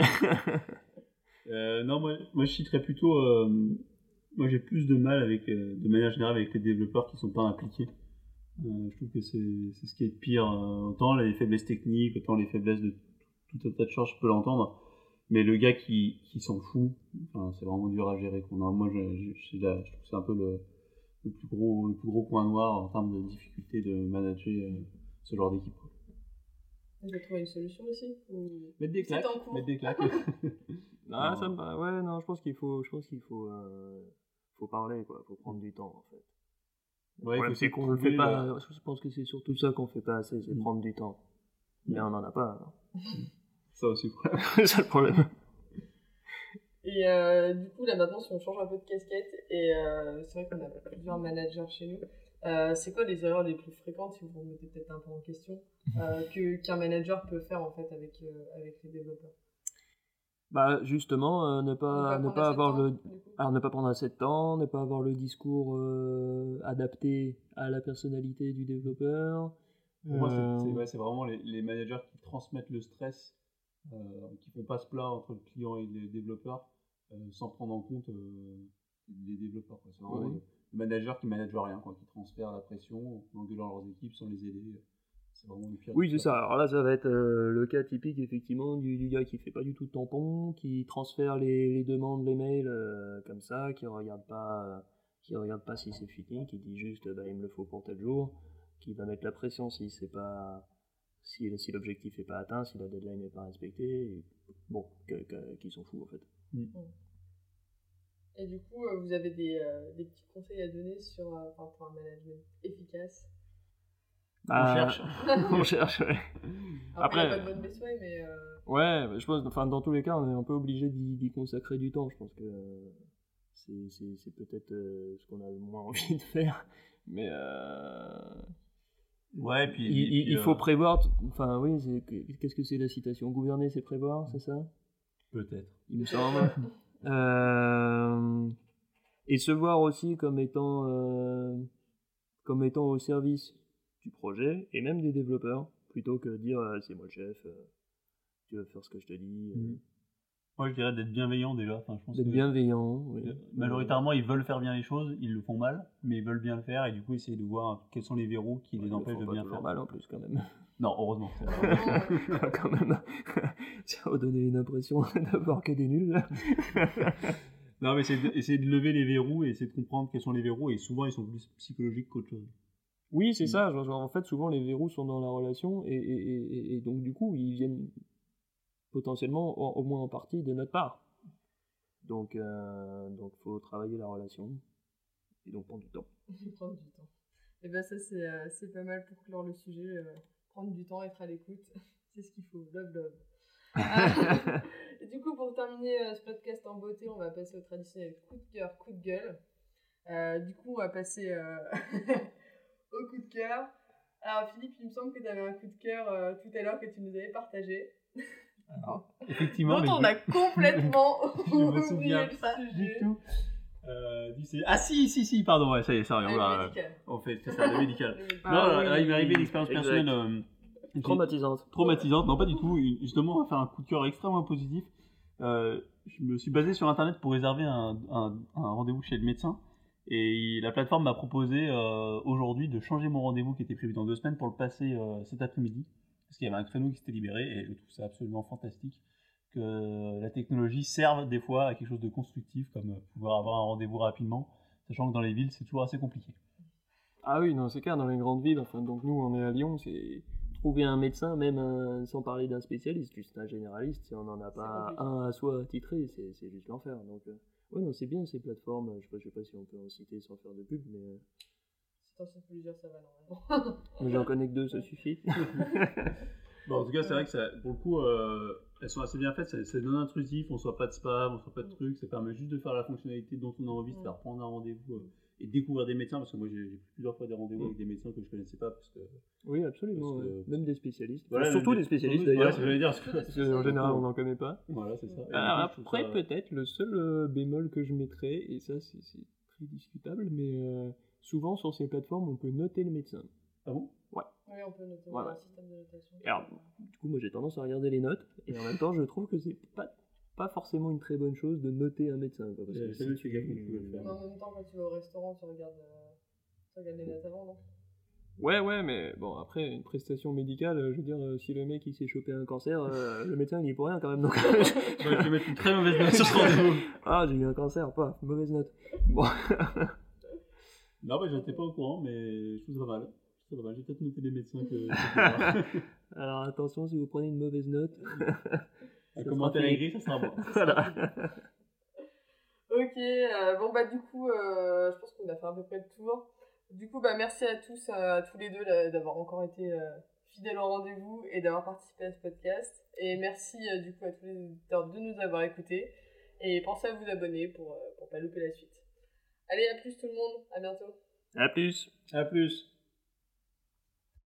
Speaker 6: euh, non, moi, moi je citerais plutôt... Euh, moi j'ai plus de mal avec, euh, de manière générale avec les développeurs qui sont pas impliqués. Euh, je trouve que c'est, c'est ce qui est de pire. Euh, autant les faiblesses techniques, autant les faiblesses de tout un tas de choses, je peux l'entendre. Mais le gars qui, qui s'en fout, enfin, c'est vraiment dur à gérer. Qu'on a. Moi je, je, je, je trouve que c'est un peu le, le, plus gros, le plus gros point noir en termes de difficulté de manager euh, ce genre d'équipe.
Speaker 1: Vous avez trouvé une solution aussi ou...
Speaker 6: Mettre des claques. Mettre des claques.
Speaker 5: Ah, ça me paraît... Ouais, non, je pense qu'il faut, je pense qu'il faut, euh, faut parler, quoi. Faut prendre du temps, en fait.
Speaker 6: Ouais,
Speaker 5: le problème, c'est qu'on le fait pas. La... Je pense que c'est surtout ça qu'on fait pas assez, c'est mmh. prendre du temps. Mais on en a pas. Hein.
Speaker 6: Ça aussi,
Speaker 5: c'est ça le problème.
Speaker 1: Et euh, du coup, là maintenant, si on change un peu de casquette, et euh, c'est vrai qu'on a plusieurs managers chez nous, euh, c'est quoi les erreurs les plus fréquentes, si vous vous remettez peut-être un peu en question, euh, que, qu'un manager peut faire en fait avec, euh, avec les développeurs?
Speaker 5: Bah justement, euh, ne pas, ne pas avoir temps, le, alors ne pas prendre assez de temps, ne pas avoir le discours euh, adapté à la personnalité du développeur.
Speaker 6: Pour euh... moi, c'est, c'est, ouais, c'est vraiment les, les managers qui transmettent le stress, euh, qui font pas ce plat entre le client et les développeurs, euh, sans prendre en compte euh, les développeurs. Quoi. C'est vraiment oui. le, le manager qui manage rien, quoi, qui transfère la pression en engueulant leurs équipes sans les aider. C'est vraiment le pire.
Speaker 5: Oui, c'est ça. Alors là, ça va être euh, le cas typique, effectivement, du, du gars qui fait pas du tout de tampon, qui transfère les, les demandes, les mails, euh, comme ça, qui regarde pas, euh, qui regarde pas si c'est fini, qui dit juste, bah, il me le faut pour tel jour, qui va mettre la pression si c'est pas, si, si l'objectif est pas atteint, si la deadline n'est pas respectée, et, bon, que, que, qui s'en fout, en fait.
Speaker 1: Mm. Et du coup, vous avez des, euh, des petits conseils à donner sur, euh, enfin, pour un management efficace?
Speaker 6: On euh, cherche.
Speaker 5: on cherche, ouais.
Speaker 1: Après, il n'y a pas de bonne méthode, mais... Euh...
Speaker 5: Ouais, je pense, enfin, dans tous les cas, on est un peu obligé d'y, d'y consacrer du temps. Je pense que euh, c'est, c'est, c'est peut-être euh, ce qu'on a le moins envie de faire. Mais... Euh...
Speaker 6: Ouais, puis...
Speaker 5: Il,
Speaker 6: et puis,
Speaker 5: il
Speaker 6: euh...
Speaker 5: faut prévoir... Enfin, oui, c'est, qu'est-ce que c'est la citation? Gouverner, c'est prévoir, c'est ça?
Speaker 6: Peut-être.
Speaker 5: Il me semble. euh... Et se voir aussi comme étant, euh... comme étant au service du projet et même des développeurs, plutôt que dire euh, c'est moi le chef, euh, tu vas faire ce que je te dis. Euh.
Speaker 6: Mmh. Moi je dirais d'être bienveillant déjà. Enfin, je pense
Speaker 5: d'être
Speaker 6: que
Speaker 5: bienveillant. Oui.
Speaker 6: Majoritairement ils veulent faire bien les choses, ils le font mal, mais ils veulent bien le faire et du coup essayer de voir quels sont les verrous qui ouais, les empêchent de bien faire.
Speaker 5: Mal en plus quand même.
Speaker 6: Non, heureusement.
Speaker 5: quand même. Ça va donner une impression d'avoir que des nuls.
Speaker 6: Non mais c'est essayer de lever les verrous et essayer de comprendre quels sont les verrous et souvent ils sont plus psychologiques qu'autre chose.
Speaker 5: Oui, c'est mmh. ça. Genre, genre, en fait, souvent, les verrous sont dans la relation et, et, et, et donc, du coup, ils viennent potentiellement, au, au moins en partie, de notre part. Donc, il euh, donc, faut travailler la relation et donc prendre du temps.
Speaker 1: prendre du temps. Et bien, ça, c'est, euh, c'est pas mal pour clore le sujet. Euh, prendre du temps, être à l'écoute, c'est ce qu'il faut. Love, love. Et du coup, pour terminer euh, ce podcast en beauté, on va passer au traditionnel coup de cœur, coup de gueule. Euh, du coup, on va passer euh, au coup de cœur. Alors, Philippe, il me semble que tu avais un coup de cœur euh, tout à l'heure que tu nous avais partagé.
Speaker 6: Alors, effectivement,
Speaker 1: dont on
Speaker 6: mais
Speaker 1: a complètement
Speaker 6: je me
Speaker 1: oublié
Speaker 6: souviens
Speaker 1: le
Speaker 6: pas
Speaker 1: sujet.
Speaker 6: du tout. Euh, du C- ah si, si, si, pardon, ouais, ça y est, ça
Speaker 1: Ah,
Speaker 6: revient.
Speaker 1: le
Speaker 6: Oula,
Speaker 1: médical.
Speaker 6: on fait c'est ça, le médical.
Speaker 1: Le médical.
Speaker 6: Non,
Speaker 5: Ah
Speaker 6: là,
Speaker 5: oui,
Speaker 6: il m'est arrivé une expérience
Speaker 5: exact.
Speaker 6: personnelle euh, j'ai-
Speaker 5: Traumatisante.
Speaker 6: traumatisante, non pas du tout. Une- Justement, on va faire un coup de cœur extrêmement positif. Euh, je me suis basé sur internet pour réserver un, un, un rendez-vous chez le médecin. Et la plateforme m'a proposé euh, aujourd'hui de changer mon rendez-vous qui était prévu dans deux semaines pour le passer euh, cet après-midi. Parce qu'il y avait un créneau qui s'était libéré et je trouve ça absolument fantastique que la technologie serve des fois à quelque chose de constructif comme pouvoir avoir un rendez-vous rapidement, sachant que dans les villes c'est toujours assez compliqué.
Speaker 5: Ah oui, non, c'est clair, dans les grandes villes, enfin, donc nous on est à Lyon, c'est trouver un médecin, même un- sans parler d'un spécialiste, juste un généraliste, si on n'en a pas
Speaker 1: compliqué.
Speaker 5: un à soi attitré, c'est c'est juste l'enfer. Donc, euh, ouais, non, c'est bien ces plateformes, je sais, pas, je sais pas si on peut en citer sans faire de pub, mais, euh,
Speaker 1: Si t'en sais plusieurs, ça va normalement.
Speaker 5: mais j'en connais que deux, ça suffit.
Speaker 6: Bon, en tout cas, c'est vrai que ça, pour le coup, euh, elles sont assez bien faites, c'est c'est non intrusif, on ne soit pas de spam, on ne soit pas de trucs, ça permet juste de faire la fonctionnalité dont on a envie, c'est-à-dire prendre un rendez-vous euh, et découvrir des médecins, parce que moi j'ai j'ai pris plusieurs fois des rendez-vous avec des médecins que je ne connaissais pas, parce que...
Speaker 5: Oui, absolument,
Speaker 6: Parce que-
Speaker 5: ouais. Même des spécialistes.
Speaker 6: Voilà,
Speaker 5: Enfin, surtout
Speaker 6: des-
Speaker 5: des spécialistes
Speaker 6: surtout-
Speaker 5: d'ailleurs,
Speaker 6: ouais, c'est ce que j'allais dire, parce que-
Speaker 5: parce qu'en général on n'en connaît pas.
Speaker 6: Voilà, c'est ça. Et
Speaker 5: Alors,
Speaker 6: du coup, je trouve
Speaker 5: après,
Speaker 6: ça-
Speaker 5: peut-être, le seul euh, bémol que je mettrais, et ça c'est c'est très discutable, mais euh, souvent sur ces plateformes on peut noter le médecin.
Speaker 6: Ah bon?
Speaker 1: Oui, on peut noter
Speaker 5: Ouais,
Speaker 1: un
Speaker 5: ouais.
Speaker 1: système de notation.
Speaker 5: Et alors, du coup, moi j'ai tendance à regarder les notes, et en même temps je trouve que c'est pas, pas forcément une très bonne chose de noter un médecin. Quoi, parce
Speaker 6: J'ai
Speaker 5: que
Speaker 6: jamais
Speaker 5: si
Speaker 6: fait
Speaker 5: tu-
Speaker 6: gaffe que tu pouvais le faire.
Speaker 1: Mais en même temps, quand tu vas au restaurant, tu regardes, euh, tu regardes les notes avant, non?
Speaker 5: Ouais, ouais, mais bon, après, une prestation médicale, euh, je veux dire, euh, si le mec il s'est chopé un cancer, euh, le médecin il y est pour rien quand même. Donc,
Speaker 6: Je vais mettre une très mauvaise note sur ce rendez-vous.
Speaker 5: ah, j'ai eu un cancer, pas, mauvaise note. Bon,
Speaker 6: Non, bah, j'étais pas au courant, mais je trouve ça pas mal. Je trouve ça pas mal. J'ai peut-être noté des médecins que. que
Speaker 5: alors attention, si vous prenez une mauvaise note.
Speaker 6: Un
Speaker 5: Ça
Speaker 6: commentaire
Speaker 5: sera
Speaker 6: écrit, ça sera bon.
Speaker 5: Voilà.
Speaker 1: Ok, euh, bon bah du coup, euh, je pense qu'on a fait à peu près le tour. Du coup, bah merci à tous, euh, à tous les deux là, d'avoir encore été euh, fidèles au rendez-vous et d'avoir participé à ce podcast. Et merci euh, du coup à tous les auditeurs de nous avoir écoutés. Et pensez à vous abonner pour, euh, pour pas louper la suite. Allez, à plus tout le monde, à bientôt.
Speaker 5: À plus.
Speaker 6: À plus.